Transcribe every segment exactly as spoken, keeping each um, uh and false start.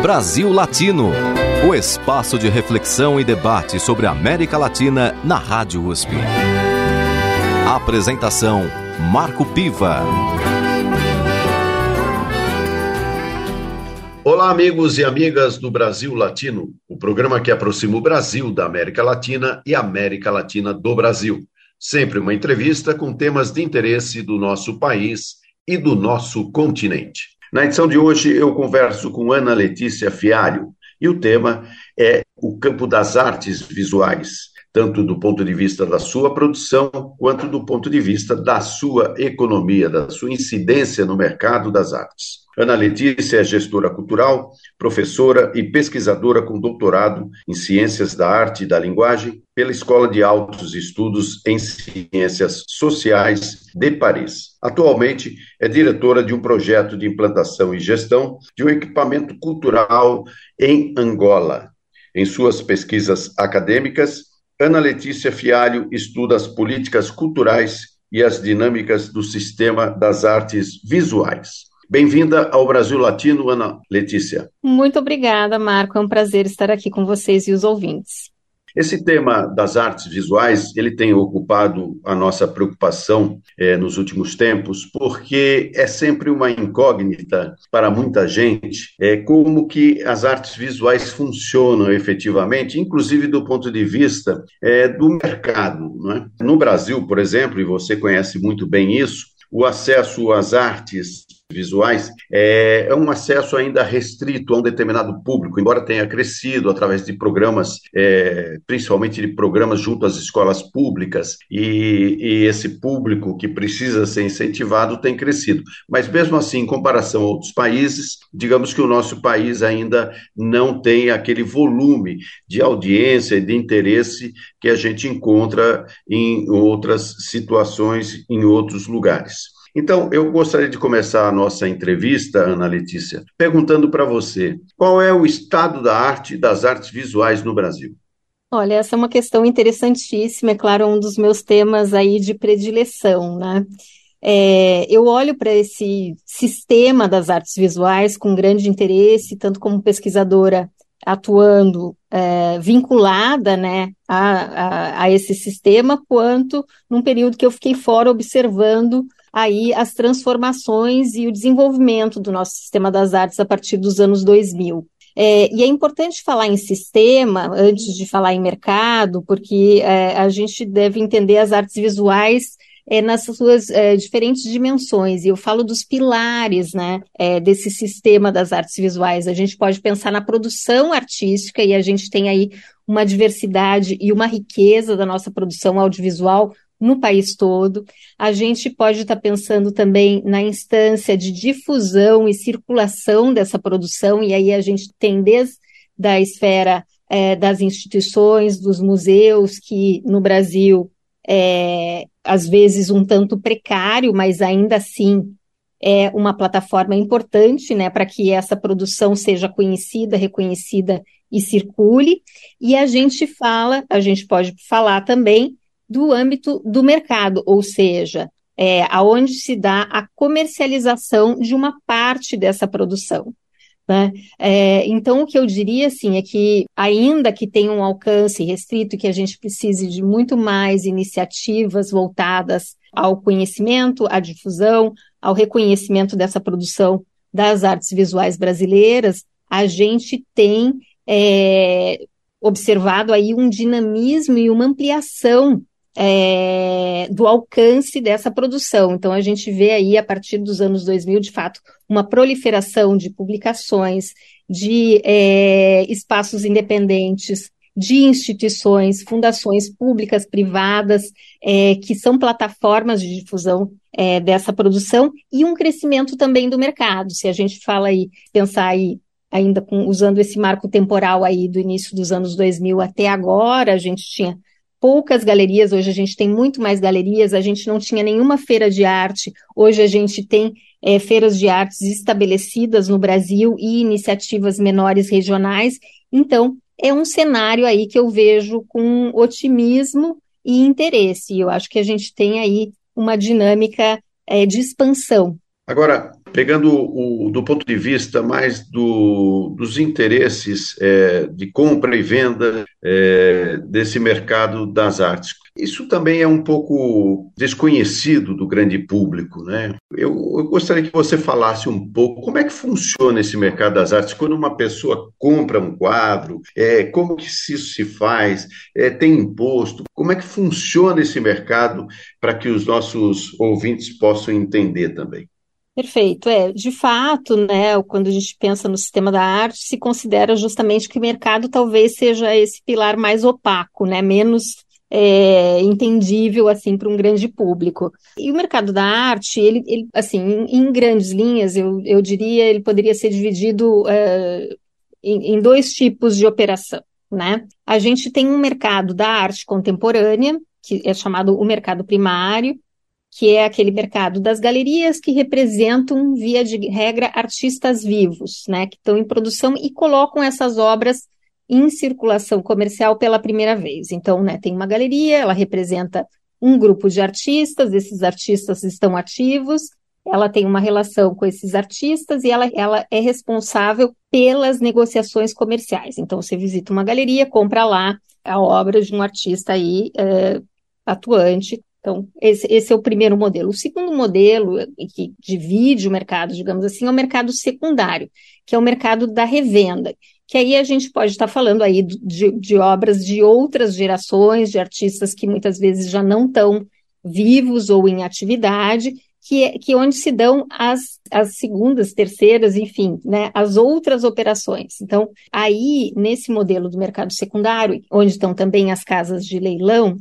Brasil Latino, o espaço de reflexão e debate sobre a América Latina na Rádio U S P. Apresentação: Marco Piva. Olá, amigos e amigas do Brasil Latino, o programa que aproxima o Brasil da América Latina e a América Latina do Brasil. Sempre uma entrevista com temas de interesse do nosso país e do nosso continente. Na edição de hoje, eu converso com Ana Letícia Fialho, e o tema é o campo das artes visuais, tanto do ponto de vista da sua produção, quanto do ponto de vista da sua economia, da sua incidência no mercado das artes. Ana Letícia é gestora cultural, professora e pesquisadora com doutorado em Ciências da Arte e da Linguagem pela Escola de Altos Estudos em Ciências Sociais de Paris. Atualmente é diretora de um projeto de implantação e gestão de um equipamento cultural em Angola. Em suas pesquisas acadêmicas, Ana Letícia Fialho estuda as políticas culturais e as dinâmicas do sistema das artes visuais. Bem-vinda ao Brasil Latino, Ana Letícia. Muito obrigada, Marco. É um prazer estar aqui com vocês e os ouvintes. Esse tema das artes visuais, ele tem ocupado a nossa preocupação eh, nos últimos tempos, porque é sempre uma incógnita para muita gente eh, como que as artes visuais funcionam efetivamente, inclusive do ponto de vista eh, do mercado, não é? No Brasil, por exemplo, e você conhece muito bem isso, o acesso às artes visuais é, é um acesso ainda restrito a um determinado público, embora tenha crescido através de programas, é, principalmente de programas junto às escolas públicas, e, e esse público que precisa ser incentivado tem crescido. Mas mesmo assim, em comparação a outros países, digamos que o nosso país ainda não tem aquele volume de audiência e de interesse que a gente encontra em outras situações, em outros lugares. Então, eu gostaria de começar a nossa entrevista, Ana Letícia, perguntando para você, qual é o estado da arte e das artes visuais no Brasil? Olha, essa é uma questão interessantíssima, é claro, um dos meus temas aí de predileção, né? É, eu olho para esse sistema das artes visuais com grande interesse, tanto como pesquisadora atuando é, vinculada, né, a, a, a esse sistema, quanto num período que eu fiquei fora observando aí as transformações e o desenvolvimento do nosso sistema das artes a partir dos anos dois mil. É, e é importante falar em sistema, antes de falar em mercado, porque é, a gente deve entender as artes visuais é, nas suas é, diferentes dimensões, e eu falo dos pilares, né, é, desse sistema das artes visuais. A gente pode pensar na produção artística, e a gente tem aí uma diversidade e uma riqueza da nossa produção audiovisual no país todo. A gente pode estar pensando também na instância de difusão e circulação dessa produção, e aí a gente tem desde a esfera é, das instituições, dos museus, que no Brasil é, às vezes um tanto precário, mas ainda assim é uma plataforma importante, né, para que essa produção seja conhecida, reconhecida e circule. E a gente fala, a gente pode falar também do âmbito do mercado, ou seja, é, aonde se dá a comercialização de uma parte dessa produção, né? É, então, o que eu diria, assim, é que ainda que tenha um alcance restrito, que a gente precise de muito mais iniciativas voltadas ao conhecimento, à difusão, ao reconhecimento dessa produção das artes visuais brasileiras, a gente tem é, observado aí um dinamismo e uma ampliação É, do alcance dessa produção. Então, a gente vê aí, a partir dos anos dois mil, de fato, uma proliferação de publicações, de é, espaços independentes, de instituições, fundações públicas, privadas, é, que são plataformas de difusão é, dessa produção, e um crescimento também do mercado. Se a gente fala aí, pensar aí, ainda com, usando esse marco temporal aí do início dos anos dois mil até agora, a gente tinha poucas galerias, hoje a gente tem muito mais galerias, a gente não tinha nenhuma feira de arte, hoje a gente tem é, feiras de artes estabelecidas no Brasil e iniciativas menores regionais. Então, é um cenário aí que eu vejo com otimismo e interesse, e eu acho que a gente tem aí uma dinâmica é, de expansão. Agora, pegando o, do ponto de vista mais do, dos interesses é, de compra e venda é, desse mercado das artes. Isso também é um pouco desconhecido do grande público, né? Eu, eu gostaria que você falasse um pouco como é que funciona esse mercado das artes, quando uma pessoa compra um quadro, é, como que isso se faz, é, tem imposto, como é que funciona esse mercado para que os nossos ouvintes possam entender também. Perfeito, é, de fato, né, quando a gente pensa no sistema da arte, se considera justamente que o mercado talvez seja esse pilar mais opaco, né, menos é, entendível, assim, para um grande público. E o mercado da arte, ele, ele assim, em, em grandes linhas, eu, eu diria, ele poderia ser dividido é, em, em dois tipos de operação, né. A gente tem um mercado da arte contemporânea, que é chamado o mercado primário, que é aquele mercado das galerias que representam, via de regra, artistas vivos, né, que estão em produção e colocam essas obras em circulação comercial pela primeira vez. Então, né, tem uma galeria, ela representa um grupo de artistas, esses artistas estão ativos, ela tem uma relação com esses artistas e ela, ela é responsável pelas negociações comerciais. Então, você visita uma galeria, compra lá a obra de um artista aí é, atuante. Então, esse, esse é o primeiro modelo. O segundo modelo, que divide o mercado, digamos assim, é o mercado secundário, que é o mercado da revenda, que aí a gente pode estar falando aí de, de obras de outras gerações, de artistas que muitas vezes já não estão vivos ou em atividade, que é que onde se dão as, as segundas, terceiras, enfim, né, as outras operações. Então, aí, nesse modelo do mercado secundário, onde estão também as casas de leilão,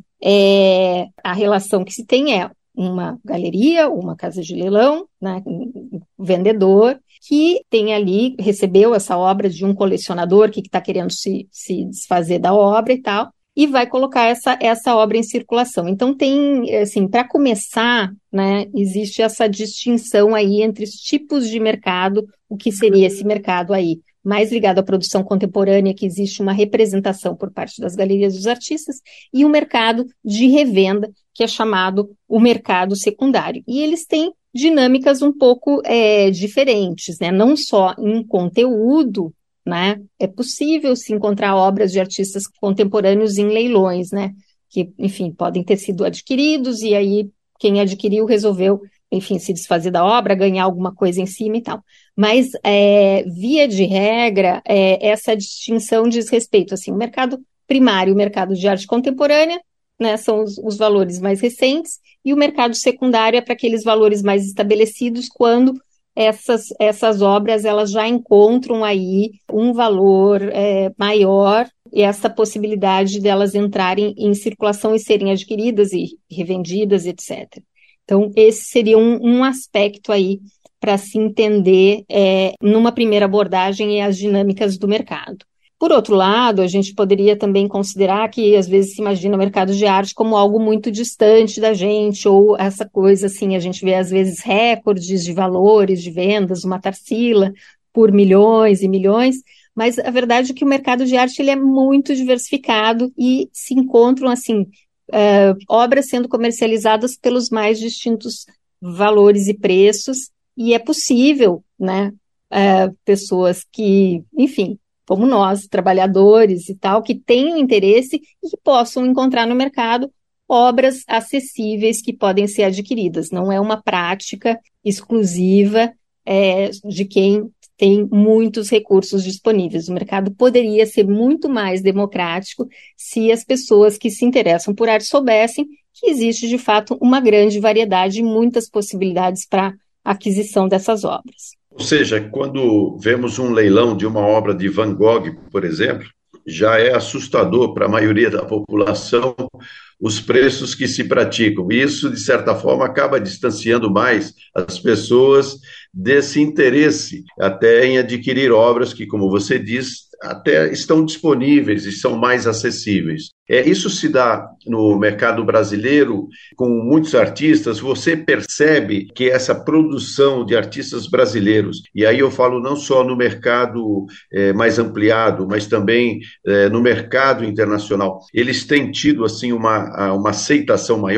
É, a relação que se tem é uma galeria, uma casa de leilão, né, um vendedor, que tem ali, recebeu essa obra de um colecionador que está querendo se, se desfazer da obra e tal, e vai colocar essa, essa obra em circulação. Então tem, assim, para começar, né, existe essa distinção aí entre os tipos de mercado, o que seria esse mercado aí, mais ligado à produção contemporânea, que existe uma representação por parte das galerias dos artistas, e o mercado de revenda, que é chamado o mercado secundário. E eles têm dinâmicas um pouco é, diferentes, né? Não só em conteúdo, né? É possível se encontrar obras de artistas contemporâneos em leilões, né? Que, enfim, podem ter sido adquiridos, e aí quem adquiriu resolveu, enfim, se desfazer da obra, ganhar alguma coisa em cima e tal. Mas, é, via de regra, é, essa distinção diz respeito, assim, o mercado primário, o mercado de arte contemporânea, né, são os, os valores mais recentes, e o mercado secundário é para aqueles valores mais estabelecidos, quando essas, essas obras, elas já encontram aí um valor é, maior, e essa possibilidade delas entrarem em circulação e serem adquiridas e revendidas, etcétera. Então, esse seria um, um aspecto aí para se entender é, numa primeira abordagem as dinâmicas do mercado. Por outro lado, a gente poderia também considerar que às vezes se imagina o mercado de arte como algo muito distante da gente, ou essa coisa assim, a gente vê às vezes recordes de valores, de vendas, uma Tarsila por milhões e milhões, mas a verdade é que o mercado de arte ele é muito diversificado e se encontram assim, uh, obras sendo comercializadas pelos mais distintos valores e preços. E é possível, né, uh, pessoas que, enfim, como nós, trabalhadores e tal, que tenham interesse e que possam encontrar no mercado obras acessíveis que podem ser adquiridas. Não é uma prática exclusiva é, de quem tem muitos recursos disponíveis. O mercado poderia ser muito mais democrático se as pessoas que se interessam por arte soubessem que existe, de fato, uma grande variedade e muitas possibilidades para aquisição dessas obras. Ou seja, quando vemos um leilão de uma obra de Van Gogh, por exemplo, já é assustador para a maioria da população os preços que se praticam. E isso, de certa forma, acaba distanciando mais as pessoas desse interesse até em adquirir obras que, como você diz, até estão disponíveis e são mais acessíveis. É, isso se dá no mercado brasileiro com muitos artistas. Você percebe que essa produção de artistas brasileiros, e aí eu falo não só no mercado é, mais ampliado, mas também é, no mercado internacional, eles têm tido assim uma, uma aceitação maior?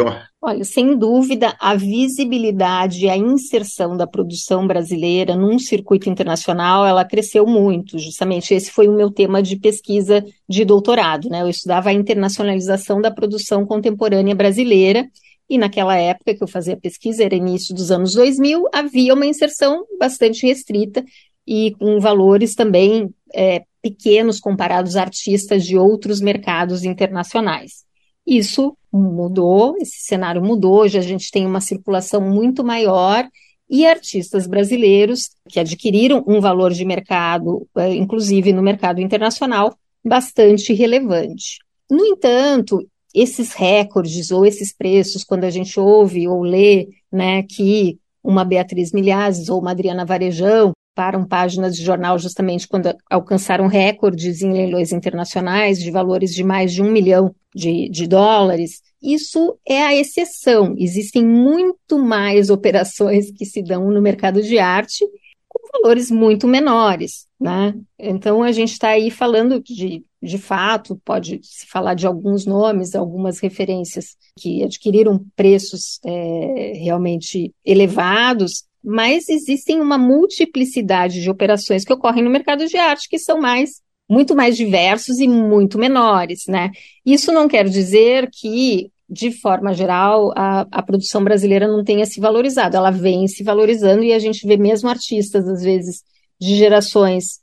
Olha, sem dúvida, a visibilidade e a inserção da produção brasileira num circuito internacional, ela cresceu muito. Justamente esse foi o meu tema de pesquisa de doutorado, né? Eu estudava a internacionalização da produção contemporânea brasileira, e naquela época que eu fazia a pesquisa, era início dos anos dois mil, havia uma inserção bastante restrita e com valores também é, pequenos comparados a artistas de outros mercados internacionais. Isso mudou, esse cenário mudou, hoje a gente tem uma circulação muito maior e artistas brasileiros que adquiriram um valor de mercado, inclusive no mercado internacional, bastante relevante. No entanto, esses recordes ou esses preços, quando a gente ouve ou lê, né, que uma Beatriz Milhazes ou uma Adriana Varejão param páginas de jornal justamente quando alcançaram recordes em leilões internacionais de valores de mais de um milhão de, de dólares, isso é a exceção. Existem muito mais operações que se dão no mercado de arte com valores muito menores, né? Então, a gente está aí falando de, de fato, pode-se falar de alguns nomes, algumas referências que adquiriram preços é, realmente elevados, mas existem uma multiplicidade de operações que ocorrem no mercado de arte que são mais, muito mais diversos e muito menores, né? Isso não quer dizer que, de forma geral, a, a produção brasileira não tenha se valorizado, ela vem se valorizando e a gente vê mesmo artistas, às vezes, de gerações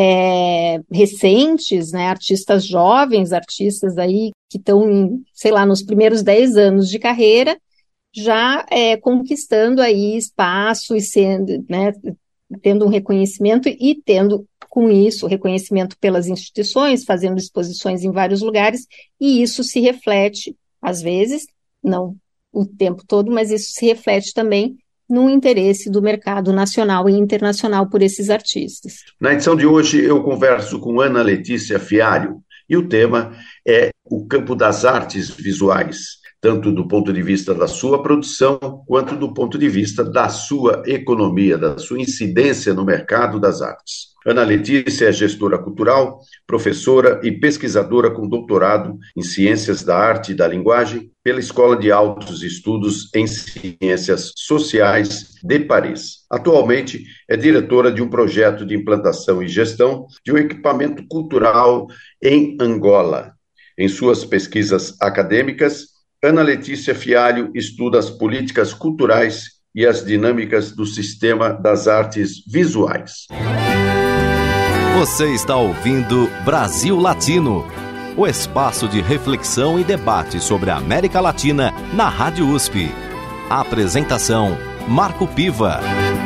é, recentes, né? Artistas jovens, artistas aí que estão, sei lá, nos primeiros dez anos de carreira, já é, conquistando aí espaço e sendo, né, tendo um reconhecimento e tendo, com isso, reconhecimento pelas instituições, fazendo exposições em vários lugares, e isso se reflete, às vezes, não o tempo todo, mas isso se reflete também no interesse do mercado nacional e internacional por esses artistas. Na edição de hoje, eu converso com Ana Letícia Fialho, e o tema é o campo das artes visuais, tanto do ponto de vista da sua produção, quanto do ponto de vista da sua economia, da sua incidência no mercado das artes. Ana Letícia é gestora cultural, professora e pesquisadora com doutorado em Ciências da Arte e da Linguagem pela Escola de Altos Estudos em Ciências Sociais de Paris. Atualmente é diretora de um projeto de implantação e gestão de um equipamento cultural em Angola. Em suas pesquisas acadêmicas, Ana Letícia Fialho estuda as políticas culturais e as dinâmicas do sistema das artes visuais. Você está ouvindo Brasil Latino, o espaço de reflexão e debate sobre a América Latina na Rádio U S P. A apresentação, Marco Piva.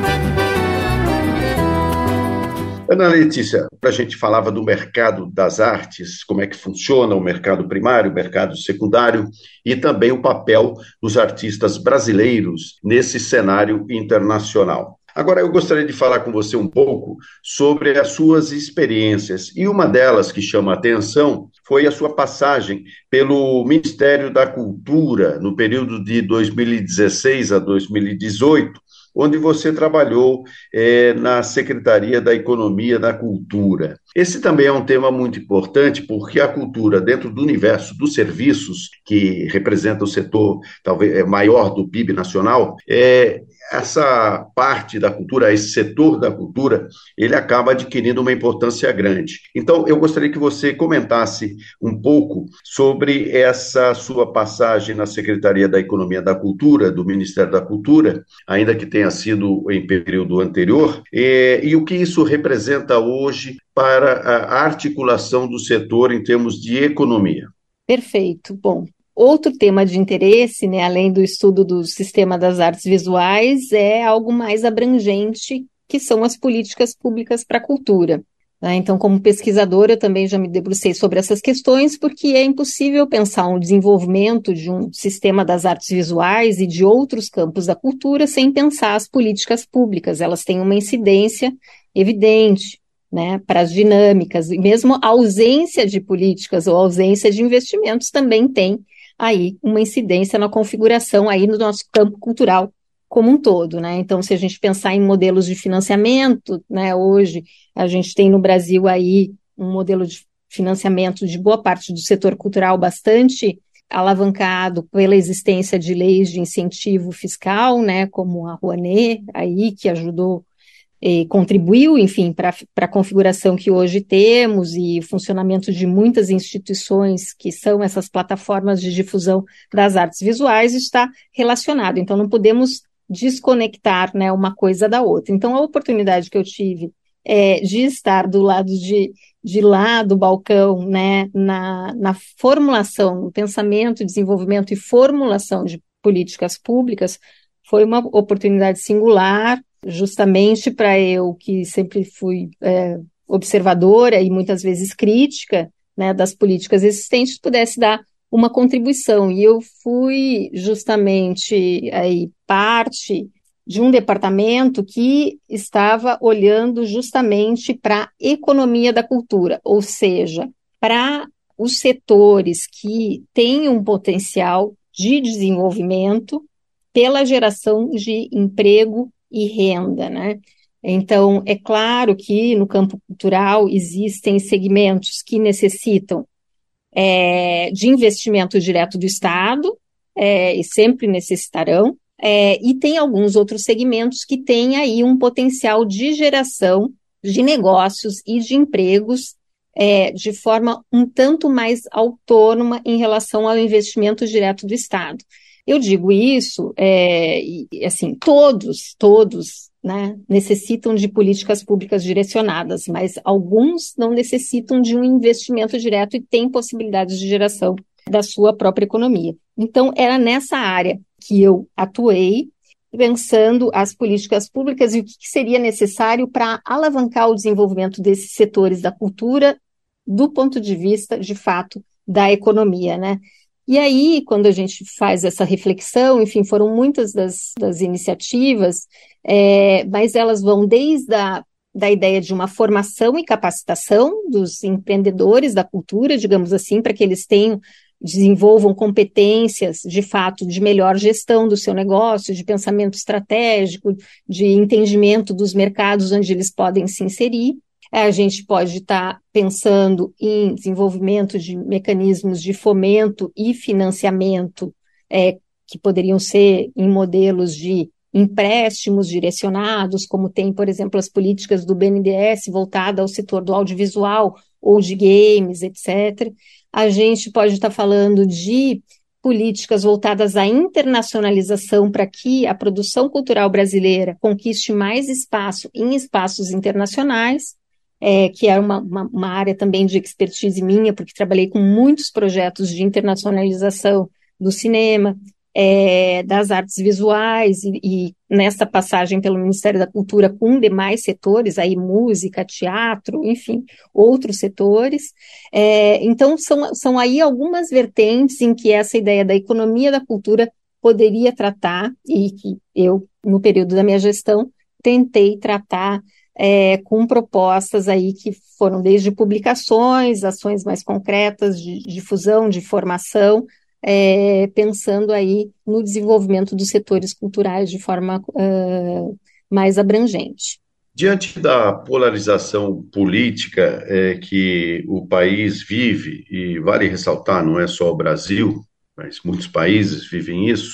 Ana Letícia, a gente falava do mercado das artes, como é que funciona o mercado primário, o mercado secundário e também o papel dos artistas brasileiros nesse cenário internacional. Agora, eu gostaria de falar com você um pouco sobre as suas experiências, e uma delas que chama a atenção foi a sua passagem pelo Ministério da Cultura no período de dois mil e dezesseis a dois mil e dezoito, onde você trabalhou é, na Secretaria da Economia da Cultura. Esse também é um tema muito importante, porque a cultura, dentro do universo dos serviços, que representa o setor talvez maior do P I B nacional, é, essa parte da cultura, esse setor da cultura, ele acaba adquirindo uma importância grande. Então, eu gostaria que você comentasse um pouco sobre essa sua passagem na Secretaria da Economia da Cultura, do Ministério da Cultura, ainda que tenha sido em período anterior, e, e o que isso representa hoje para a articulação do setor em termos de economia. Perfeito. Bom, outro tema de interesse, né, além do estudo do sistema das artes visuais, é algo mais abrangente, que são as políticas públicas para a cultura. Né? Então, como pesquisadora, eu também já me debrucei sobre essas questões, porque é impossível pensar um desenvolvimento de um sistema das artes visuais e de outros campos da cultura sem pensar as políticas públicas. Elas têm uma incidência evidente, né, para as dinâmicas, e mesmo a ausência de políticas ou ausência de investimentos também tem aí uma incidência na configuração aí no nosso campo cultural como um todo, né? Então, se a gente pensar em modelos de financiamento, né, hoje a gente tem no Brasil aí um modelo de financiamento de boa parte do setor cultural bastante alavancado pela existência de leis de incentivo fiscal, né, como a Rouanet, aí, que ajudou e contribuiu, enfim, para a configuração que hoje temos e o funcionamento de muitas instituições que são essas plataformas de difusão das artes visuais está relacionado. Então, não podemos desconectar, né, uma coisa da outra. Então, a oportunidade que eu tive é, de estar do lado de, de lá do balcão, né, na, na formulação, no pensamento, desenvolvimento e formulação de políticas públicas, foi uma oportunidade singular, justamente para eu, que sempre fui é, observadora e muitas vezes crítica, né, das políticas existentes, pudesse dar uma contribuição. E eu fui justamente aí, parte de um departamento que estava olhando justamente para a economia da cultura, ou seja, para os setores que têm um potencial de desenvolvimento pela geração de emprego e renda, né? Então, é claro que no campo cultural existem segmentos que necessitam é, de investimento direto do Estado, é, e sempre necessitarão, é, e tem alguns outros segmentos que têm aí um potencial de geração de negócios e de empregos é, de forma um tanto mais autônoma em relação ao investimento direto do Estado. Eu digo isso, é, e, assim, todos, todos, né, necessitam de políticas públicas direcionadas, mas alguns não necessitam de um investimento direto e têm possibilidades de geração da sua própria economia. Então, era nessa área que eu atuei, pensando as políticas públicas e o que seria necessário para alavancar o desenvolvimento desses setores da cultura do ponto de vista, de fato, da economia, né? E aí, quando a gente faz essa reflexão, enfim, foram muitas das, das iniciativas, é, mas elas vão desde a da ideia de uma formação e capacitação dos empreendedores da cultura, digamos assim, para que eles tenham, desenvolvam competências, de fato, de melhor gestão do seu negócio, de pensamento estratégico, de entendimento dos mercados onde eles podem se inserir. A gente pode estar pensando em desenvolvimento de mecanismos de fomento e financiamento, é, que poderiam ser em modelos de empréstimos direcionados, como tem, por exemplo, as políticas do B N D E S voltada ao setor do audiovisual ou de games, etcétera. A gente pode estar falando de políticas voltadas à internacionalização para que a produção cultural brasileira conquiste mais espaço em espaços internacionais, É, que era uma, uma, uma área também de expertise minha, porque trabalhei com muitos projetos de internacionalização do cinema, é, das artes visuais, e, e nessa passagem pelo Ministério da Cultura com demais setores, aí música, teatro, enfim, outros setores. É, então, são, são aí algumas vertentes em que essa ideia da economia da cultura poderia tratar, e que eu, no período da minha gestão, tentei tratar É, com propostas aí que foram desde publicações, ações mais concretas de difusão, de formação, é, pensando aí no desenvolvimento dos setores culturais de forma uh, mais abrangente. Diante da polarização política é, que o país vive, e vale ressaltar, não é só o Brasil, mas muitos países vivem isso,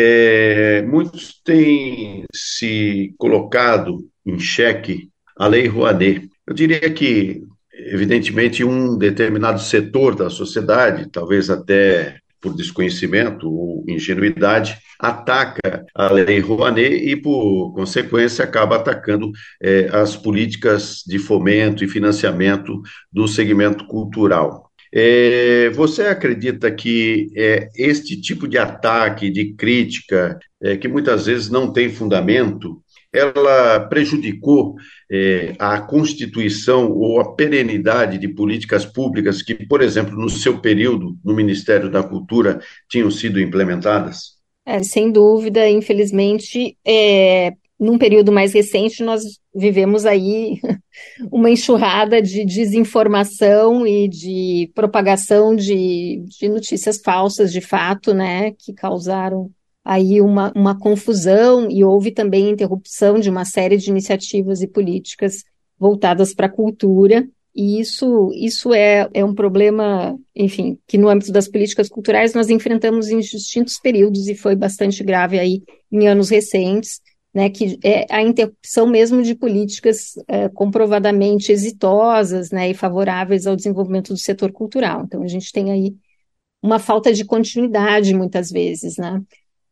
é, muitos têm se colocado em xeque a Lei Rouanet. Eu diria que, evidentemente, um determinado setor da sociedade, talvez até por desconhecimento ou ingenuidade, ataca a Lei Rouanet e, por consequência, acaba atacando eh, as políticas de fomento e financiamento do segmento cultural. É, você acredita que é, este tipo de ataque, de crítica, é, que muitas vezes não tem fundamento, ela prejudicou é, a constituição ou a perenidade de políticas públicas que, por exemplo, no seu período, no Ministério da Cultura, tinham sido implementadas? É, sem dúvida, infelizmente, é, num período mais recente, nós vivemos aí uma enxurrada de desinformação e de propagação de, de notícias falsas, de fato, né, que causaram aí uma, uma confusão, e houve também interrupção de uma série de iniciativas e políticas voltadas para a cultura, E isso, isso é, é um problema, enfim, que no âmbito das políticas culturais nós enfrentamos em distintos períodos e foi bastante grave aí em anos recentes, né, que é a interrupção mesmo de políticas é, comprovadamente exitosas, né, e favoráveis ao desenvolvimento do setor cultural. Então a gente tem aí uma falta de continuidade muitas vezes, né?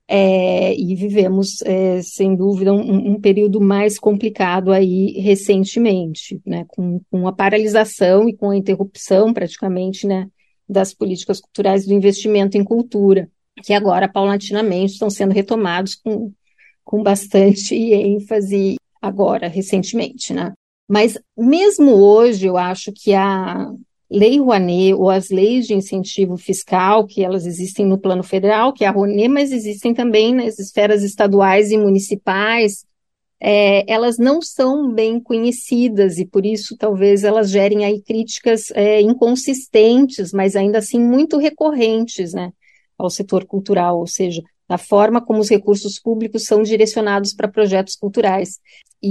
É, e vivemos, é, sem dúvida, um, um período mais complicado aí recentemente, né, com, com a paralisação e com a interrupção praticamente, né, das políticas culturais do investimento em cultura, que agora paulatinamente estão sendo retomados com, com bastante ênfase agora, recentemente, né. Mas mesmo hoje eu acho que a Lei Rouanet ou as leis de incentivo fiscal, que elas existem no plano federal, que é a Rouanet, mas existem também nas esferas estaduais e municipais, é, elas não são bem conhecidas e por isso talvez elas gerem aí críticas é, inconsistentes, mas ainda assim muito recorrentes, né, ao setor cultural, ou seja, da forma como os recursos públicos são direcionados para projetos culturais.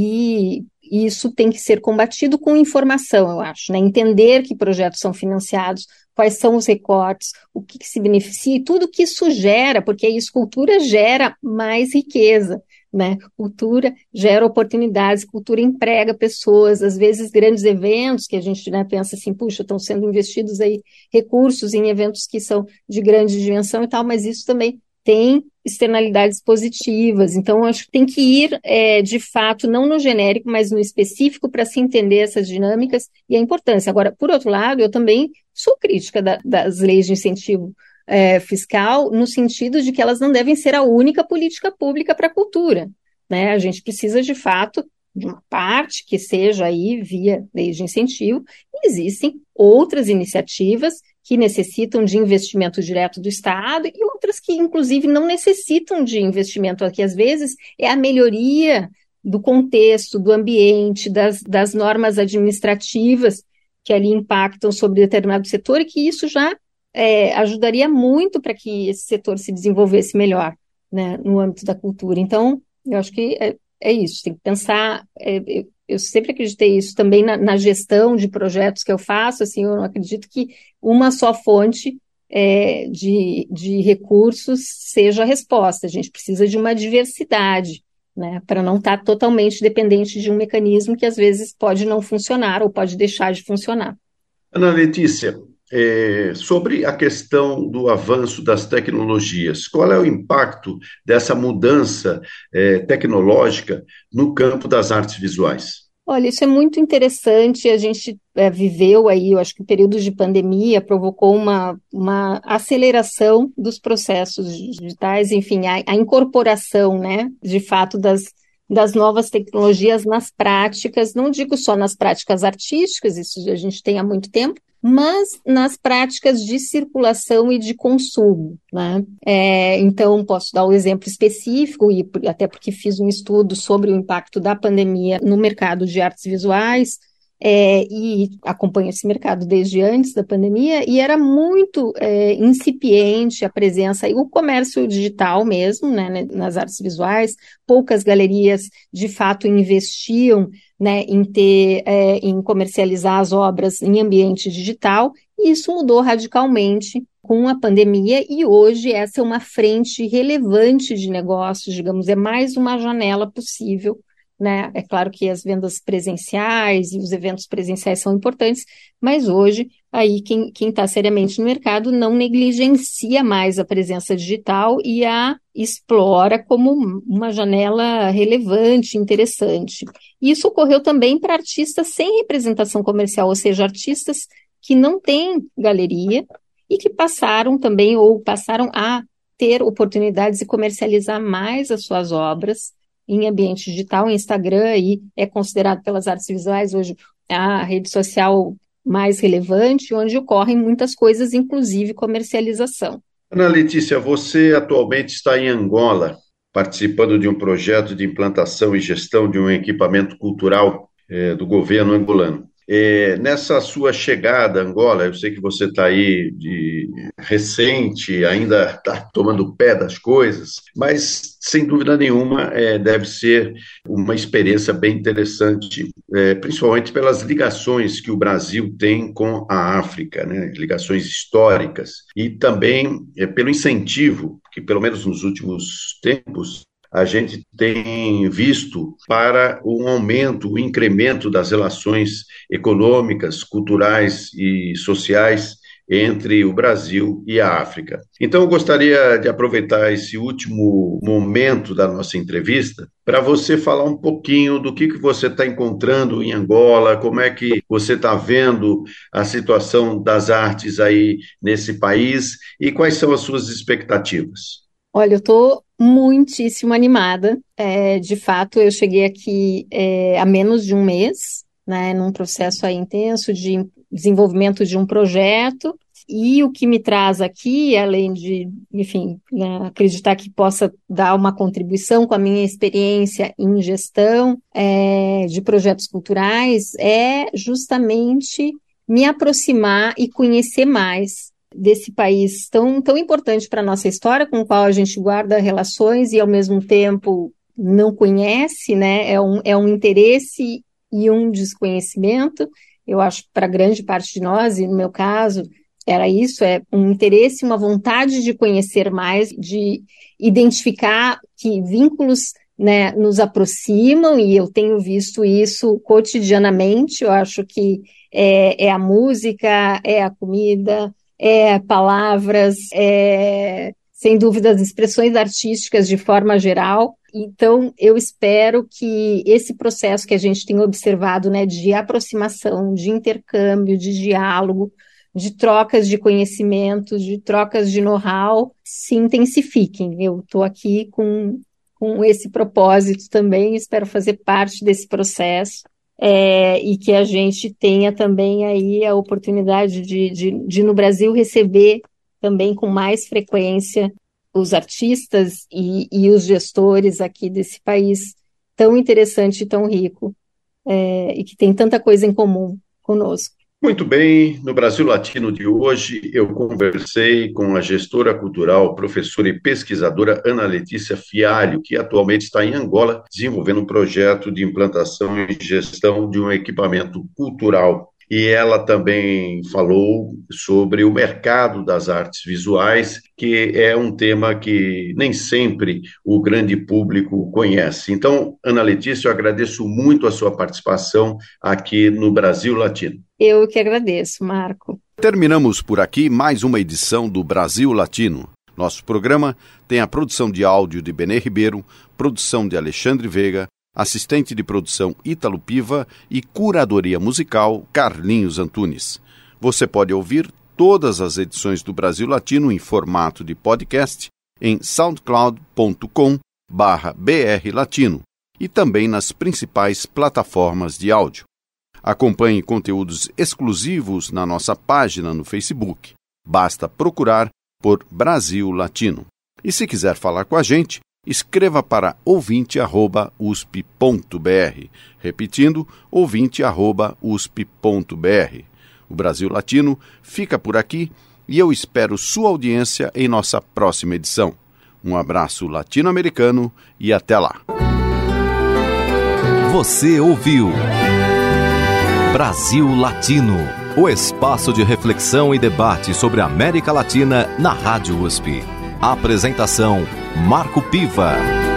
E isso tem que ser combatido com informação, eu acho, né? Entender que projetos são financiados, quais são os recortes, o que, que se beneficia e tudo que isso gera, porque a cultura gera mais riqueza, né? Cultura gera oportunidades, cultura emprega pessoas, às vezes grandes eventos que a gente, né, pensa assim, puxa, estão sendo investidos aí recursos em eventos que são de grande dimensão e tal, mas isso também tem externalidades positivas, então acho que tem que ir, é, de fato, não no genérico, mas no específico para se entender essas dinâmicas e a importância. Agora, por outro lado, eu também sou crítica da, das leis de incentivo é, fiscal, no sentido de que elas não devem ser a única política pública para a cultura, né? A gente precisa, de fato, de uma parte que seja aí via leis de incentivo, e existem outras iniciativas que necessitam de investimento direto do Estado e outras que, inclusive, não necessitam de investimento, aqui às vezes é a melhoria do contexto, do ambiente, das, das normas administrativas que ali impactam sobre determinado setor e que isso já é, ajudaria muito para que esse setor se desenvolvesse melhor, né, no âmbito da cultura. Então, eu acho que é, é isso, tem que pensar... É, eu, Eu sempre acreditei isso também na, na gestão de projetos que eu faço, assim, eu não acredito que uma só fonte é, de, de recursos seja a resposta. A gente precisa de uma diversidade, né, para não estar totalmente dependente de um mecanismo que às vezes pode não funcionar ou pode deixar de funcionar. Ana Letícia, é, sobre a questão do avanço das tecnologias, qual é o impacto dessa mudança é, tecnológica no campo das artes visuais? Olha, isso é muito interessante, a gente é, viveu aí, eu acho que o período de pandemia provocou uma, uma aceleração dos processos digitais, enfim, a, a incorporação, né, de fato, das, das novas tecnologias nas práticas, não digo só nas práticas artísticas, isso a gente tem há muito tempo, mas nas práticas de circulação e de consumo, né? É, então, posso dar um exemplo específico, e até porque fiz um estudo sobre o impacto da pandemia no mercado de artes visuais, é, e acompanho esse mercado desde antes da pandemia, e era muito é, incipiente a presença, e o comércio digital mesmo, né, nas artes visuais, poucas galerias de fato investiam, né, em ter, é, em comercializar as obras em ambiente digital, e isso mudou radicalmente com a pandemia, e hoje essa é uma frente relevante de negócios, digamos, é mais uma janela possível, né? É claro que as vendas presenciais e os eventos presenciais são importantes, mas hoje aí quem quem está seriamente no mercado não negligencia mais a presença digital e a explora como uma janela relevante, interessante. Isso ocorreu também para artistas sem representação comercial, ou seja, artistas que não têm galeria e que passaram também ou passaram a ter oportunidades de comercializar mais as suas obras em ambiente digital. O Instagram aí é considerado pelas artes visuais hoje a rede social mais relevante, onde ocorrem muitas coisas, inclusive comercialização. Ana Letícia, você atualmente está em Angola, participando de um projeto de implantação e gestão de um equipamento cultural eh, do governo angolano. É, nessa sua chegada a Angola, eu sei que você está aí de recente, ainda está tomando pé das coisas, mas sem dúvida nenhuma é, deve ser uma experiência bem interessante, é, principalmente pelas ligações que o Brasil tem com a África, né? Ligações históricas, e também é, pelo incentivo que, pelo menos nos últimos tempos, a gente tem visto para um aumento, um incremento das relações econômicas, culturais e sociais entre o Brasil e a África. Então, eu gostaria de aproveitar esse último momento da nossa entrevista para você falar um pouquinho do que, que você está encontrando em Angola, como é que você está vendo a situação das artes aí nesse país e quais são as suas expectativas. Olha, eu estou muitíssimo animada. É, de fato, eu cheguei aqui é, há menos de um mês, né, num processo aí intenso de desenvolvimento de um projeto. E o que me traz aqui, além de, enfim, né, acreditar que possa dar uma contribuição com a minha experiência em gestão é, de projetos culturais, é justamente me aproximar e conhecer mais desse país tão, tão importante para a nossa história, com o qual a gente guarda relações e, ao mesmo tempo, não conhece, né? É um, é um interesse e um desconhecimento. Eu acho que para grande parte de nós, e no meu caso, era isso, é um interesse, uma vontade de conhecer mais, de identificar que vínculos, né, nos aproximam, e eu tenho visto isso cotidianamente. Eu acho que é, é a música, é a comida, é palavras, é, sem dúvida, as expressões artísticas de forma geral. Então, eu espero que esse processo que a gente tem observado, né, de aproximação, de intercâmbio, de diálogo, de trocas de conhecimento, de trocas de know-how, se intensifiquem. Eu estou aqui com, com esse propósito também, espero fazer parte desse processo. É, e que a gente tenha também aí a oportunidade de, de, de no Brasil receber também com mais frequência os artistas e, e os gestores aqui desse país tão interessante e tão rico, é, e que tem tanta coisa em comum conosco. Muito bem, no Brasil Latino de hoje eu conversei com a gestora cultural, professora e pesquisadora Ana Letícia Fialho, que atualmente está em Angola desenvolvendo um projeto de implantação e gestão de um equipamento cultural. E ela também falou sobre o mercado das artes visuais, que é um tema que nem sempre o grande público conhece. Então, Ana Letícia, eu agradeço muito a sua participação aqui no Brasil Latino. Eu que agradeço, Marco. Terminamos por aqui mais uma edição do Brasil Latino. Nosso programa tem a produção de áudio de Benê Ribeiro, produção de Alexandre Veiga, assistente de produção Ítalo Piva e curadoria musical Carlinhos Antunes. Você pode ouvir todas as edições do Brasil Latino em formato de podcast em soundcloud ponto com barra br latino e também nas principais plataformas de áudio. Acompanhe conteúdos exclusivos na nossa página no Facebook. Basta procurar por Brasil Latino. E se quiser falar com a gente, escreva para ouvinte arroba usp ponto br. Repetindo, ouvinte arroba usp ponto br. O Brasil Latino fica por aqui e eu espero sua audiência em nossa próxima edição. Um abraço latino-americano e até lá. Você ouviu Brasil Latino, o espaço de reflexão e debate sobre a América Latina na Rádio U S P. Apresentação: Marco Piva.